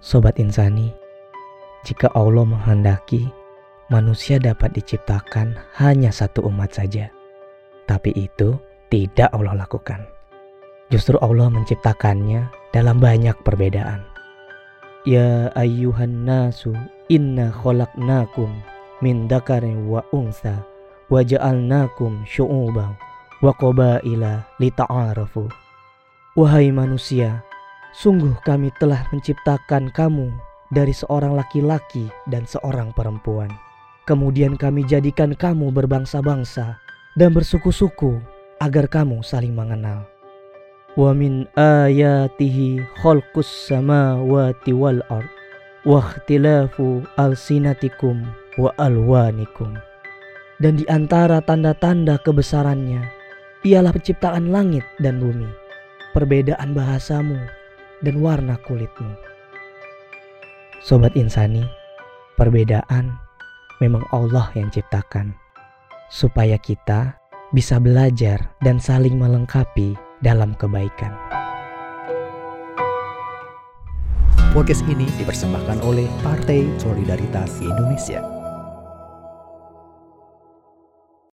Sobat Insani, jika Allah menghendaki, manusia dapat diciptakan hanya satu umat saja. Tapi itu tidak Allah lakukan. Justru Allah menciptakannya dalam banyak perbedaan. Ya ayyuhan nasu, inna khalaqnakum min dzakarin wa unsa wa ja'alnakum syu'uban wa qabaila lita'arafu. Wahai manusia, sungguh kami telah menciptakan kamu dari seorang laki-laki dan seorang perempuan. Kemudian kami jadikan kamu berbangsa-bangsa dan bersuku-suku agar kamu saling mengenal. Wa min ayatihi khalqus samawati wal ard wa ikhtilafu alsinatikum wa alwanikum. Dan di antara tanda-tanda kebesarannya ialah penciptaan langit dan bumi, perbedaan bahasamu dan warna kulitmu. Sobat Insani, perbedaan memang Allah yang ciptakan, supaya kita bisa belajar dan saling melengkapi dalam kebaikan. Podcast ini dipersembahkan oleh Partai Solidaritas Indonesia.